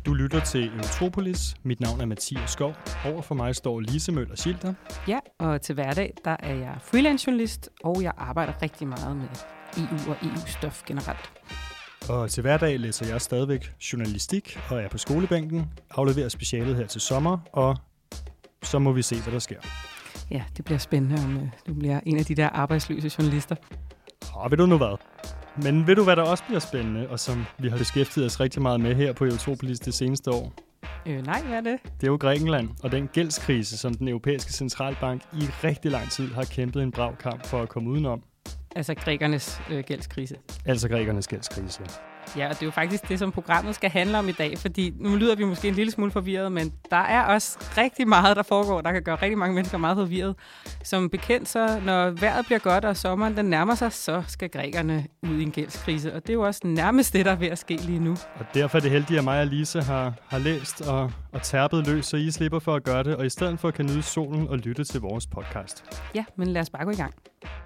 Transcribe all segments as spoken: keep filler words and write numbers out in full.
Du lytter til Eurotropolis. Mit navn er Mathias Skov. Over for mig står Lise Møller Schilder. Ja, og til hverdag der er jeg freelance-journalist, og jeg arbejder rigtig meget med E U og E U-stof generelt. Og til hverdag læser jeg stadigvæk journalistik og er på skolebænken, afleverer specialet her til sommer, og så må vi se, hvad der sker. Ja, det bliver spændende, om du bliver en af de der arbejdsløse journalister. Og ved du nu hvad? Men ved du, hvad der også bliver spændende, og som vi har beskæftiget os rigtig meget med her på Eurotropolis det seneste år? Øh, nej, hvad er det? Det er jo Grækenland og den gældskrise, som den europæiske centralbank i rigtig lang tid har kæmpet en brav kamp for at komme udenom. Altså grækernes øh, gældskrise. Altså grækernes gældskrise. Ja, og det er jo faktisk det, som programmet skal handle om i dag, fordi nu lyder vi måske en lille smule forvirret, men der er også rigtig meget, der foregår, der kan gøre rigtig mange mennesker meget forvirret. Som bekendt så, når vejret bliver godt, og sommeren den nærmer sig, så skal grækerne ud i en gældskrise, og det er jo også nærmest det, der er ved at ske lige nu. Og derfor er det heldigt, at mig og Lise har, har læst og, og terpet løs, så I slipper for at gøre det, og i stedet for kan nyde solen og lytte til vores podcast. Ja, men lad os bare gå i gang.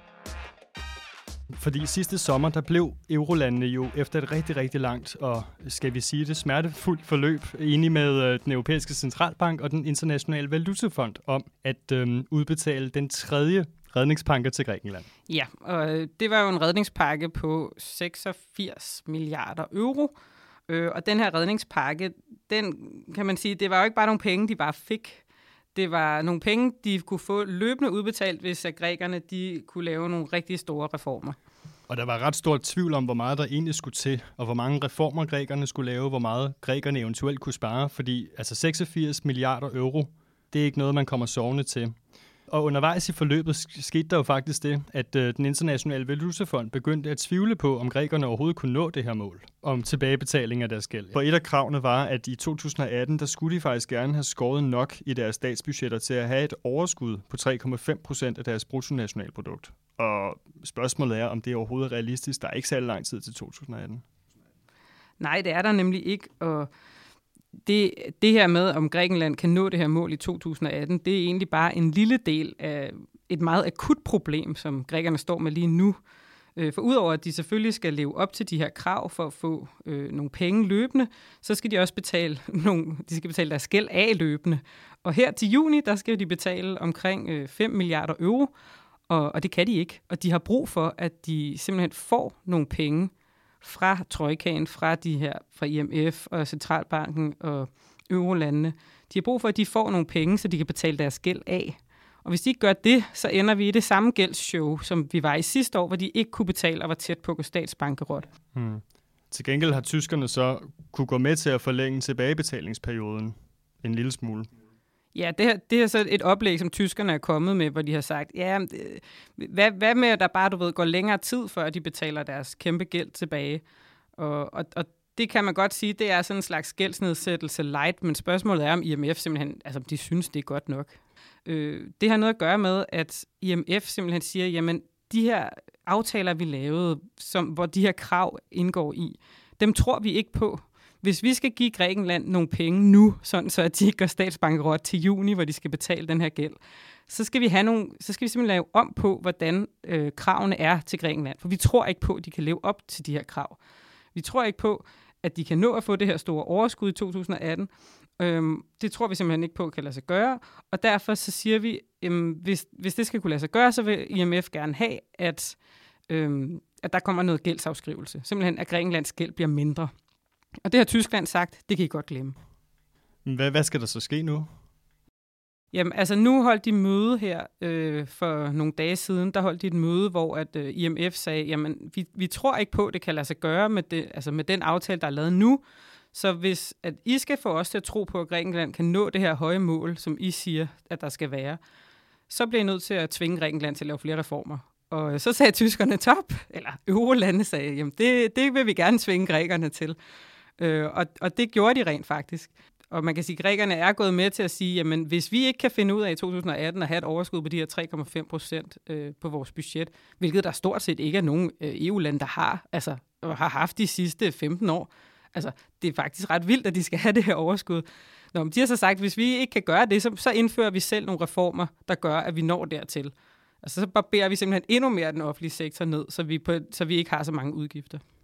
Fordi sidste sommer, der blev eurolandene jo efter et rigtig, rigtig langt og, skal vi sige det, smertefuldt forløb enige med øh, den europæiske centralbank og den internationale valutafond om at øh, udbetale den tredje redningspakke til Grækenland. Ja, og det var jo en redningspakke på seksogfirs milliarder euro. Øh, og den her redningspakke, den kan man sige, det var jo ikke bare nogle penge, de bare fik. Det var nogle penge, de kunne få løbende udbetalt, hvis at grækerne de kunne lave nogle rigtig store reformer. Og der var ret stort tvivl om, hvor meget der egentlig skulle til, og hvor mange reformer grækerne skulle lave, hvor meget grækerne eventuelt kunne spare, fordi altså seksogfirs milliarder euro, det er ikke noget, man kommer sovende til. Og undervejs i forløbet skete der jo faktisk det, at øh, den internationale valutafond begyndte at tvivle på, om grækerne overhovedet kunne nå det her mål om tilbagebetaling af deres gæld. For et af kravene var, at i to tusind og atten, der skulle de faktisk gerne have skåret nok i deres statsbudgetter til at have et overskud på tre komma fem procent af deres bruttonationalprodukt. Og spørgsmålet er, om det overhovedet er realistisk. Der er ikke særlig lang tid til to tusind og atten. Nej, det er der nemlig ikke, og Det, det her med, om Grækenland kan nå det her mål i to tusind og atten, det er egentlig bare en lille del af et meget akut problem, som grækerne står med lige nu. For udover at de selvfølgelig skal leve op til de her krav for at få øh, nogle penge løbende, så skal de også betale, nogle, de skal betale deres gæld af løbende. Og her til juni, der skal de betale omkring øh, fem milliarder euro, og, og det kan de ikke. Og de har brug for, at de simpelthen får nogle penge fra trojkaen, fra de her, fra I M F og Centralbanken og eurolandene. De har brug for, at de får nogle penge, så de kan betale deres gæld af. Og hvis de ikke gør det, så ender vi i det samme gældsshow, som vi var i sidste år, hvor de ikke kunne betale og var tæt på at gå statsbankerot. Hmm. Til gengæld har tyskerne så kunne gå med til at forlænge tilbagebetalingsperioden en lille smule. Ja, det, her, det er så et oplæg, som tyskerne er kommet med, hvor de har sagt, ja, hvad, hvad med, at der bare, du ved, går længere tid, før de betaler deres kæmpe gæld tilbage? Og, og, og det kan man godt sige, det er sådan en slags gældsnedsættelse light, men spørgsmålet er, om I M F simpelthen, altså de synes, det er godt nok. Øh, det har noget at gøre med, at I M F simpelthen siger, jamen, de her aftaler, vi lavede, som, hvor de her krav indgår i, dem tror vi ikke på. Hvis vi skal give Grækenland nogle penge nu, sådan så at de ikke går statsbankerot til juni, hvor de skal betale den her gæld, så skal vi have nogle, så skal vi simpelthen lave om på, hvordan øh, kravene er til Grækenland. For vi tror ikke på, at de kan leve op til de her krav. Vi tror ikke på, at de kan nå at få det her store overskud i to tusind og atten. Øhm, det tror vi simpelthen ikke på, kan lade sig gøre. Og derfor så siger vi, øhm, hvis, hvis det skal kunne lade sig gøre, så vil I M F gerne have, at, øhm, at der kommer noget gældsafskrivelse. Simpelthen, at Grækenlands gæld bliver mindre. Og det har Tyskland sagt, det kan I godt glemme. Hvad, hvad skal der så ske nu? Jamen, altså nu holdt de møde her øh, for nogle dage siden. Der holdt de et møde, hvor at, øh, I M F sagde, jamen vi, vi tror ikke på, at det kan lade sig gøre med, det, altså med den aftale, der er lavet nu. Så hvis at I skal få os til at tro på, at Grækenland kan nå det her høje mål, som I siger, at der skal være, så bliver I nødt til at tvinge Grækenland til at lave flere reformer. Og så sagde tyskerne top, eller eurolande sagde, jamen det, det vil vi gerne tvinge grækerne til. Øh, og, og det gjorde de rent faktisk. Og man kan sige, at grækerne er gået med til at sige, jamen hvis vi ikke kan finde ud af i to tusind og atten at have et overskud på de her tre komma fem procent øh, på vores budget, hvilket der stort set ikke er nogen øh, E U-lande, der har, altså, har haft de sidste femten år. Altså, det er faktisk ret vildt, at de skal have det her overskud. Nå, men de har så sagt, at hvis vi ikke kan gøre det, så, så indfører vi selv nogle reformer, der gør, at vi når dertil. Altså, så barberer vi simpelthen endnu mere den offentlige sektor ned, så vi, på, så vi ikke har så mange udgifter.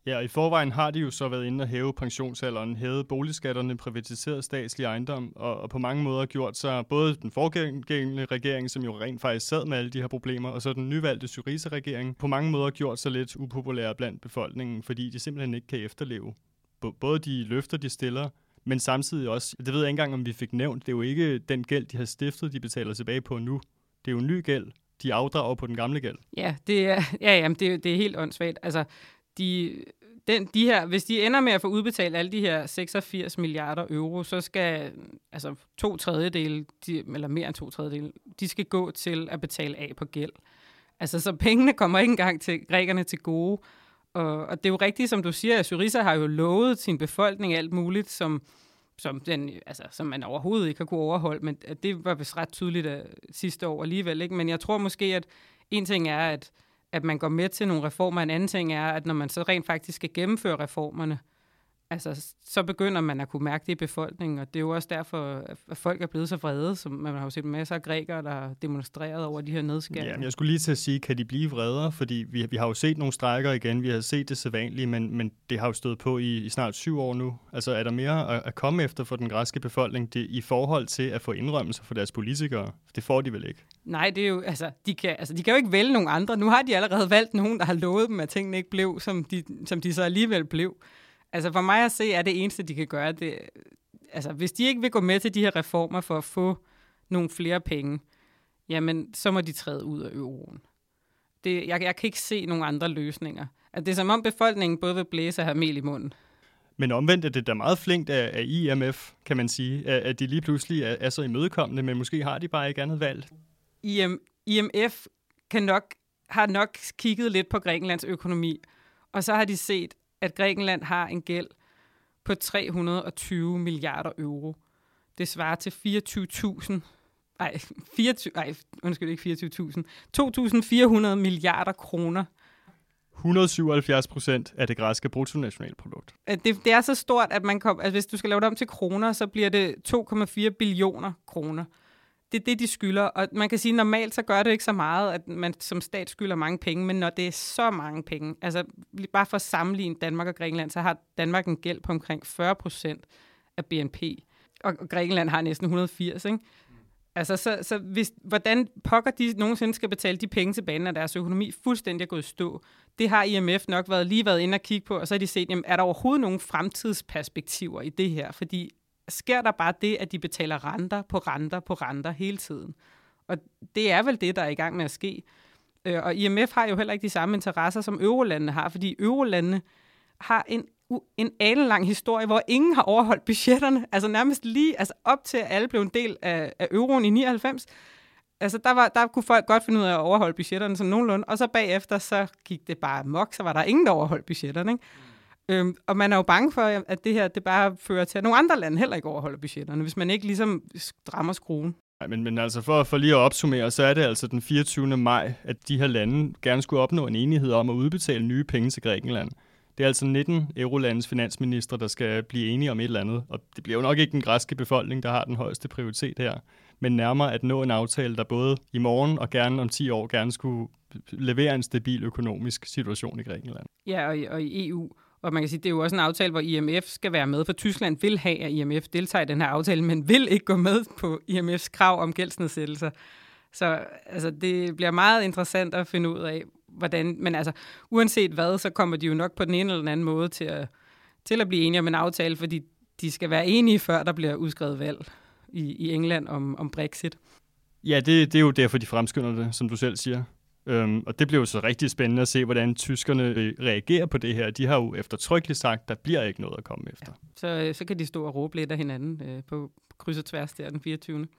Ja, og i forvejen har de jo så været inde og hæve pensionsalderen, hævet boligskatterne, privatiseret statslig ejendom, og, og på mange måder gjort sig både den foregængende regering, som jo rent faktisk sad med alle de her problemer, og så den nyvalgte Syriza-regering, på mange måder gjort sig lidt upopulære blandt befolkningen, fordi de simpelthen ikke kan efterleve både de løfter, de stiller, men samtidig også, det ved jeg ikke engang, om vi fik nævnt, det er jo ikke den gæld, de har stiftet, de betaler tilbage på nu. Det er jo en ny gæld, de afdrager på den gamle gæld. Ja, det er, ja, jamen, det, det er helt åndssvagt. Altså, de, den, de her, hvis de ender med at få udbetalt alle de her seksogfirs milliarder euro, så skal altså, to tredjedele, de, eller mere end to tredjedele, de skal gå til at betale af på gæld. Altså, så pengene kommer ikke engang til grækerne til gode. Og, og det er jo rigtigt, som du siger, at Syriza har jo lovet sin befolkning alt muligt, som, som, den, altså, som man overhovedet ikke har kunne overholde. Men det var vist ret tydeligt uh, sidste år alligevel. Ikke? Men jeg tror måske, at en ting er, at, at man går med til nogle reformer. En anden ting er, at når man så rent faktisk skal gennemføre reformerne, altså, så begynder man at kunne mærke det i befolkningen. Og det er jo også derfor, at folk er blevet så vrede. Som man har jo set masser af grækere, der har demonstreret over de her nedskæringer. Ja, jeg skulle lige til at sige, kan de blive vredere? Fordi vi, vi har jo set nogle strejker igen. Vi har set det sædvanlige, men, men det har jo stået på i, i snart syv år nu. Altså, er der mere at, at komme efter for den græske befolkning det, i forhold til at få indrømmelser for deres politikere? Det får de vel ikke? Nej, det er jo, altså, de kan, altså, de kan jo ikke vælge nogen andre. Nu har de allerede valgt nogen, der har lovet dem, at tingene ikke blev, som de, som de så alligevel blev. Altså for mig at se, er det eneste, de kan gøre, det, altså hvis de ikke vil gå med til de her reformer for at få nogle flere penge, jamen så må de træde ud af euroen. Det, jeg, jeg kan ikke se nogen andre løsninger. Altså, det er som om befolkningen både vil blæse og have mel i munden. Men omvendt er det da meget flinkt af, af I M F, kan man sige, at de lige pludselig er, er så imødekommende, men måske har de bare ikke andet valgt. I M F kan nok, har nok kigget lidt på Grækenlands økonomi, og så har de set, at Grækenland har en gæld på tre hundrede og tyve milliarder euro. Det svarer til fireogtyve tusind, nej, fireogtyve, nej, undskyld, ikke fireogtyve tusind, to tusind fire hundrede milliarder kroner. et hundrede og syvoghalvfjerds procent af det græske bruttonationalprodukt. Det, det er så stort, at man kom, altså hvis du skal lave det om til kroner, så bliver det to komma fire billioner kroner. Det er det, de skylder, og man kan sige, normalt så gør det ikke så meget, at man som stat skylder mange penge, men når det er så mange penge, altså bare for at sammenligne Danmark og Grækenland, så har Danmark en gæld på omkring fyrre procent af B N P, og Grækenland har næsten et hundrede og firs, ikke? Altså, så, så hvis, hvordan pokker de nogensinde skal betale de penge tilbage, når deres økonomi fuldstændig er gået i stå? Det har I M F nok været, lige været inde og kigge på, og så har de set, jamen, er der overhovedet nogle fremtidsperspektiver i det her? Fordi sker der bare det, at de betaler renter på renter på renter hele tiden? Og det er vel det, der er i gang med at ske. Og I M F har jo heller ikke de samme interesser, som eurolandene har, fordi eurolandene har en, en alenlang historie, hvor ingen har overholdt budgetterne. Altså nærmest lige altså op til, at alle blev en del af, af euroen i nioghalvfems. Altså der, var, der kunne folk godt finde ud af at overholde budgetterne sådan nogenlunde, og så bagefter så gik det bare amok, så var der ingen, der overholdt budgetterne, ikke? Øhm, og man er jo bange for, at det her det bare fører til, at nogle andre lande heller ikke overholder budgetterne, hvis man ikke ligesom strammer skruen. Nej, men, men altså for, for lige at opsummere, så er det altså den fireogtyvende maj, at de her lande gerne skulle opnå en enighed om at udbetale nye penge til Grækenland. Det er altså nitten eurolandes finansministre, der skal blive enige om et eller andet, og det bliver jo nok ikke den græske befolkning, der har den højeste prioritet her, men nærmere at nå en aftale, der både i morgen og gerne om ti år gerne skulle levere en stabil økonomisk situation i Grækenland. Ja, og i, og i E U. Og man kan sige, det er jo også en aftale, hvor I M F skal være med, for Tyskland vil have, at I M F deltager i den her aftale, men vil ikke gå med på I M F's krav om gældsnedsættelser. Så altså, det bliver meget interessant at finde ud af, hvordan, men altså, uanset hvad, så kommer de jo nok på den ene eller den anden måde til at, til at blive enige om en aftale, fordi de skal være enige, før der bliver udskrevet valg i, i England om, om Brexit. Ja, det, det er jo derfor, de fremskynder det, som du selv siger. Um, og det bliver jo så rigtig spændende at se, hvordan tyskerne reagerer på det her. De har jo eftertrykkeligt sagt, at der bliver ikke noget at komme efter. Ja. Så, så kan de stå og råbe lidt af hinanden øh, på kryds og tværs der den fireogtyvende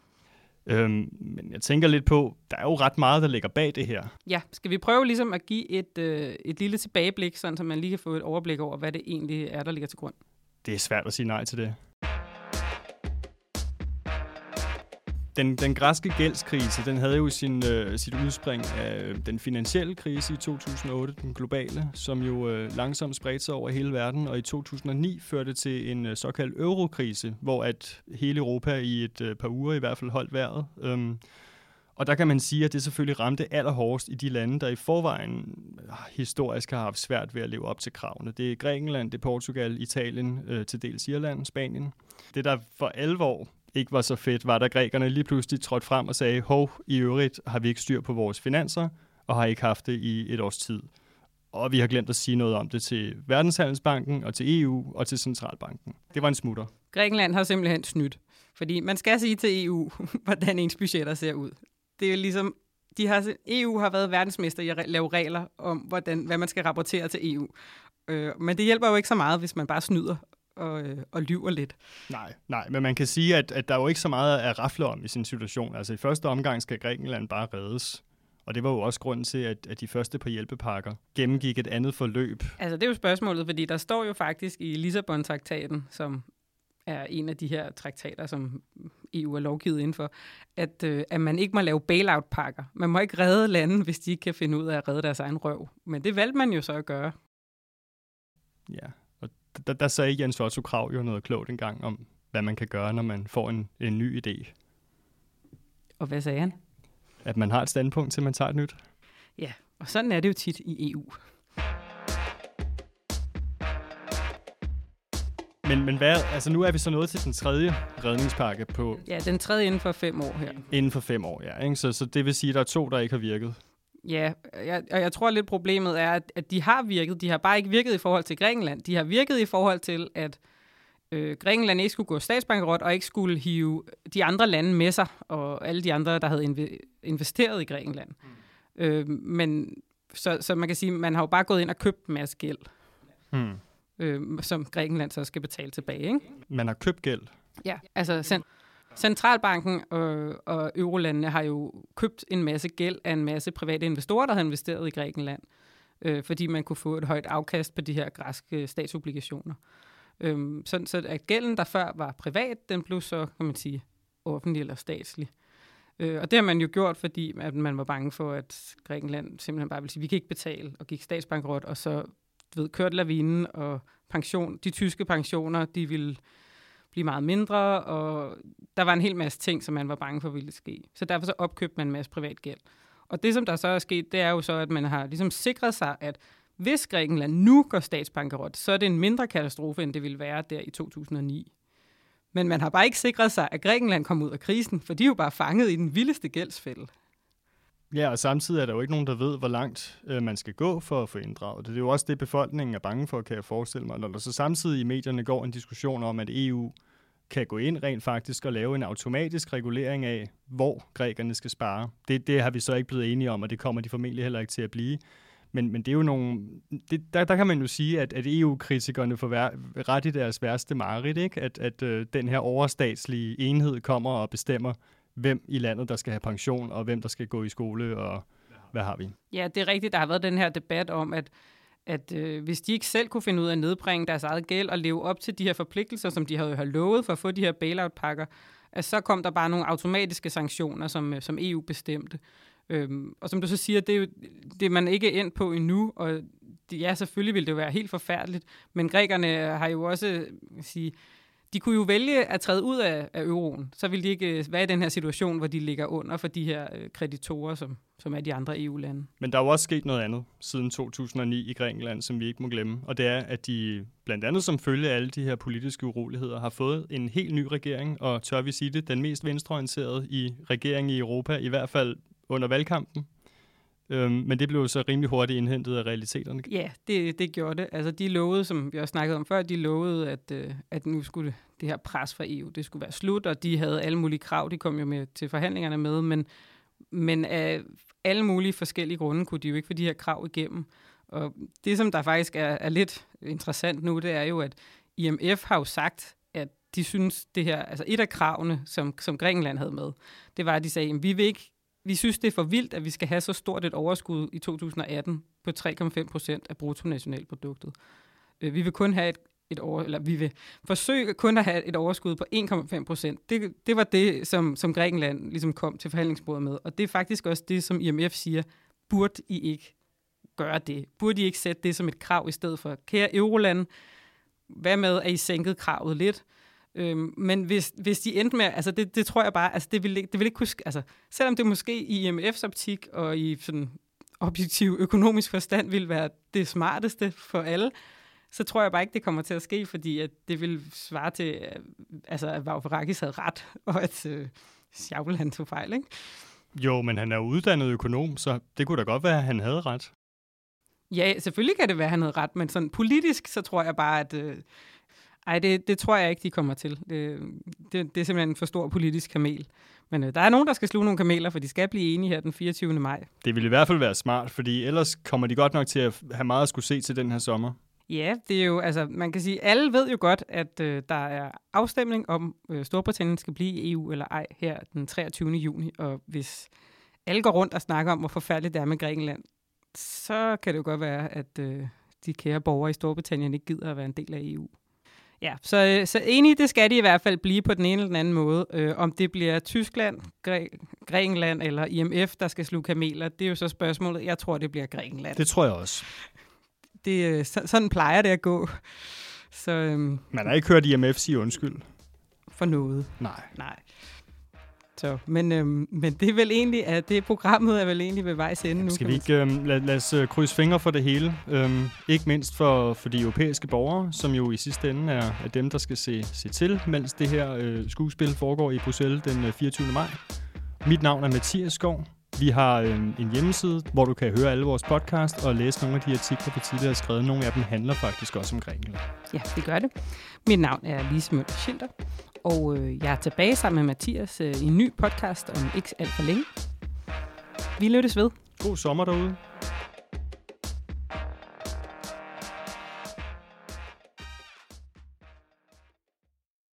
Um, men jeg tænker lidt på, der er jo ret meget, der ligger bag det her. Ja, skal vi prøve ligesom at give et, øh, et lille tilbageblik, sådan, så man lige kan få et overblik over, hvad det egentlig er, der ligger til grund? Det er svært at sige nej til det. Den, den græske gældskrise, den havde jo sin, øh, sit udspring af den finansielle krise i to tusind og otte, den globale, som jo øh, langsomt spredte sig over hele verden, og i to tusind og ni førte til en øh, såkaldt eurokrise, hvor at hele Europa i et øh, par uger i hvert fald holdt vejret. Øhm, og der kan man sige, at det selvfølgelig ramte allerhårdest i de lande, der i forvejen historisk har haft svært ved at leve op til kravene. Det er Grækenland, det er Portugal, Italien, øh, til dels Irland, Spanien. Det, der for alvor ikke var så fedt, var, da grækerne lige pludselig trådte frem og sagde, hov, i øvrigt har vi ikke styr på vores finanser, og har ikke haft det i et års tid. Og vi har glemt at sige noget om det til Verdenshandelsbanken og til E U og til Centralbanken. Det var en smutter. Grækenland har simpelthen snydt, fordi man skal sige til E U, hvordan ens budgetter ser ud. Det er ligesom, de har, E U har været verdensmester i at lave regler om, hvordan, hvad man skal rapportere til E U. Øh, men det hjælper jo ikke så meget, hvis man bare snyder og, øh, og lyver lidt. Nej, nej, men man kan sige, at, at der er jo ikke så meget at rafle om i sin situation. Altså i første omgang skal Grækenland bare reddes. Og det var jo også grunden til, at, at de første par hjælpepakker gennemgik et andet forløb. Altså det er jo spørgsmålet, fordi der står jo faktisk i Lissabon-traktaten, som er en af de her traktater, som E U er lovgivet indenfor, at, øh, at man ikke må lave bailout-pakker. Man må ikke redde lande, hvis de ikke kan finde ud af at redde deres egen røv. Men det valgte man jo så at gøre. Ja, og der, der sagde Jens Otto Krag jo noget klogt engang om, hvad man kan gøre, når man får en, en ny idé. Og hvad sagde han? At man har et standpunkt, til man tager et nyt. Ja, og sådan er det jo tit i E U. Men, men hvad, altså nu er vi så nået til den tredje redningspakke på... Ja, den tredje inden for fem år her. Inden for fem år, ja. Ikke? Så, så det vil sige, at der er to, der ikke har virket. Ja, jeg, og jeg tror lidt problemet er, at, at de har virket. De har bare ikke virket i forhold til Grækenland. De har virket i forhold til, at øh, Grækenland ikke skulle gå statsbankerot og ikke skulle hive de andre lande med sig, og alle de andre, der havde inv- investeret i Grækenland. Mm. Øh, men så, så man kan sige, man har jo bare gået ind og købt en masse gæld. Mm. Øh, som Grækenland så skal betale tilbage, ikke? Man har købt gæld? Ja, altså cent- Centralbanken og, og eurolandene har jo købt en masse gæld af en masse private investorer, der har investeret i Grækenland, øh, fordi man kunne få et højt afkast på de her græske statsobligationer. Øh, så, så at gælden, der før var privat, den blev så, kan man sige, offentlig eller statslig. Øh, og det har man jo gjort, fordi at man var bange for, at Grækenland simpelthen bare ville sige, vi kan ikke betale, og gik statsbankerot, og så du ved, kørte lavinen, og pension, de tyske pensioner, de ville blive meget mindre, og der var en hel masse ting, som man var bange for ville ske. Så derfor så opkøbte man en masse privat gæld. Og det, som der så er sket, det er jo så, at man har ligesom sikret sig, at hvis Grækenland nu går statsbankerot, så er det en mindre katastrofe, end det ville være der i to tusind og ni. Men man har bare ikke sikret sig, at Grækenland kommer ud af krisen, for de er jo bare fanget i den vildeste gældsfælde. Ja, og samtidig er der jo ikke nogen, der ved, hvor langt øh, man skal gå for at få inddraget. Det er jo også det, befolkningen er bange for, kan jeg forestille mig. Når der så samtidig i medierne går en diskussion om, at E U kan gå ind rent faktisk og lave en automatisk regulering af, hvor grækerne skal spare. Det, det har vi så ikke blevet enige om, og det kommer de formentlig heller ikke til at blive. Men, men det er jo nogle... Det, der, der kan man jo sige, at, at E U-kritikerne får vær, ret i deres værste mareridt, ikke? At, at øh, den her overstatslige enhed kommer og bestemmer, hvem i landet, der skal have pension, og hvem der skal gå i skole, og hvad har vi? Ja, det er rigtigt. Der har været den her debat om, at, at øh, hvis de ikke selv kunne finde ud af at nedbringe deres eget gæld og leve op til de her forpligtelser, som de havde, havde lovet for at få de her bailout-pakker, at så kom der bare nogle automatiske sanktioner, som, som E U bestemte. Øhm, og som du så siger, det er jo det, man ikke er endt på endnu, og det, ja, selvfølgelig ville det jo være helt forfærdeligt, men grækerne har jo også, sige, de kunne jo vælge at træde ud af, af euroen, så ville de ikke være i den her situation, hvor de ligger under for de her øh, kreditorer, som, som er de andre E U-lande. Men der er jo også sket noget andet siden to tusind og ni i Grækenland, som vi ikke må glemme, og det er, at de blandt andet som følge af alle de her politiske uroligheder har fået en helt ny regering, og tør vi sige det, den mest venstreorienterede i regeringen i Europa, i hvert fald under valgkampen. Øhm, men det blev så rimelig hurtigt indhentet af realiteterne. Ja, det, det gjorde det. Altså de lovede, som vi også snakkede om før, de lovede, at, øh, at nu skulle det her pres fra E U, det skulle være slut, og de havde alle mulige krav, de kom jo med til forhandlingerne med, men, men af alle mulige forskellige grunde kunne de jo ikke få de her krav igennem. Og det, som der faktisk er, er lidt interessant nu, det er jo, at I M F har jo sagt, at de synes det her, altså et af kravene, som, som Grækenland havde med, det var, at de sagde, at vi vil ikke Vi synes, det er for vildt, at vi skal have så stort et overskud i to tusind og atten på tre komma fem procent af bruttonationalproduktet. Vi vil kun have et, et over, eller vi vil forsøge kun at have et overskud på en komma fem procent. Det, det var det, som, som Grækenland ligesom kom til forhandlingsbordet med. Og det er faktisk også det, som I M F siger, burde I ikke gøre det? Burde I ikke sætte det som et krav i stedet for? Kære eurolande, hvad med, at I sænkede kravet lidt? Øhm, men hvis, hvis de endte med, altså det, det tror jeg bare, altså det vil, det vil ikke kunne, altså selvom det måske i I M F's optik og i sådan objektiv økonomisk forstand ville være det smarteste for alle, så tror jeg bare ikke, det kommer til at ske, fordi at det vil svare til, altså, at Varoufakis havde ret, og at øh, Schaeuble, han tog fejl, ikke? Jo, men han er uddannet økonom, så det kunne da godt være, at han havde ret. Ja, selvfølgelig kan det være, at han havde ret, men sådan politisk, så tror jeg bare, at øh, ej, det, det tror jeg ikke, de kommer til. Det, det, det er simpelthen en for stor politisk kamel. Men øh, der er nogen, der skal sluge nogle kameler, for de skal blive enige her den fireogtyvende maj. Det vil i hvert fald være smart, fordi ellers kommer de godt nok til at have meget at skulle se til den her sommer. Ja, det er jo, altså, man kan sige, alle ved jo godt, at øh, der er afstemning om, øh, Storbritannien skal blive i E U eller ej her den treogtyvende juni, og hvis alle går rundt og snakker om, hvor forfærdeligt det er med Grækenland, så kan det jo godt være, at øh, de kære borgere i Storbritannien ikke gider at være en del af E U. Ja, så, så enige, det skal de i hvert fald blive på den ene eller den anden måde. Øh, om det bliver Tyskland, Græ- Grækenland eller I M F, der skal sluge kameler, det er jo så spørgsmålet. Jeg tror, det bliver Grækenland. Det tror jeg også. Det, så, sådan plejer det at gå. Så, øhm, Man har ikke hørt I M F sige undskyld. For noget. Nej. Nej. Så, men, øhm, men det er vel egentlig, at det programmet er vel egentlig ved vejs ende nu. Skal vi ikke øhm, lad, lad os øh, krydse fingre for det hele? Øhm, ikke mindst for, for de europæiske borgere, som jo i sidste ende er, er dem, der skal se, se til, mens det her øh, skuespil foregår i Bruxelles den øh, fireogtyvende maj. Mit navn er Mathias Skov. Vi har øh, en hjemmeside, hvor du kan høre alle vores podcast og læse nogle af de artikler, vi tidligere har skrevet. Nogle af dem handler faktisk også om Grækenland. Ja, det gør det. Mit navn er Lise Møller Schilder, og øh, jeg er tilbage sammen med Mathias øh, i en ny podcast om ikke alt for længe. Vi lyttes ved. God sommer derude.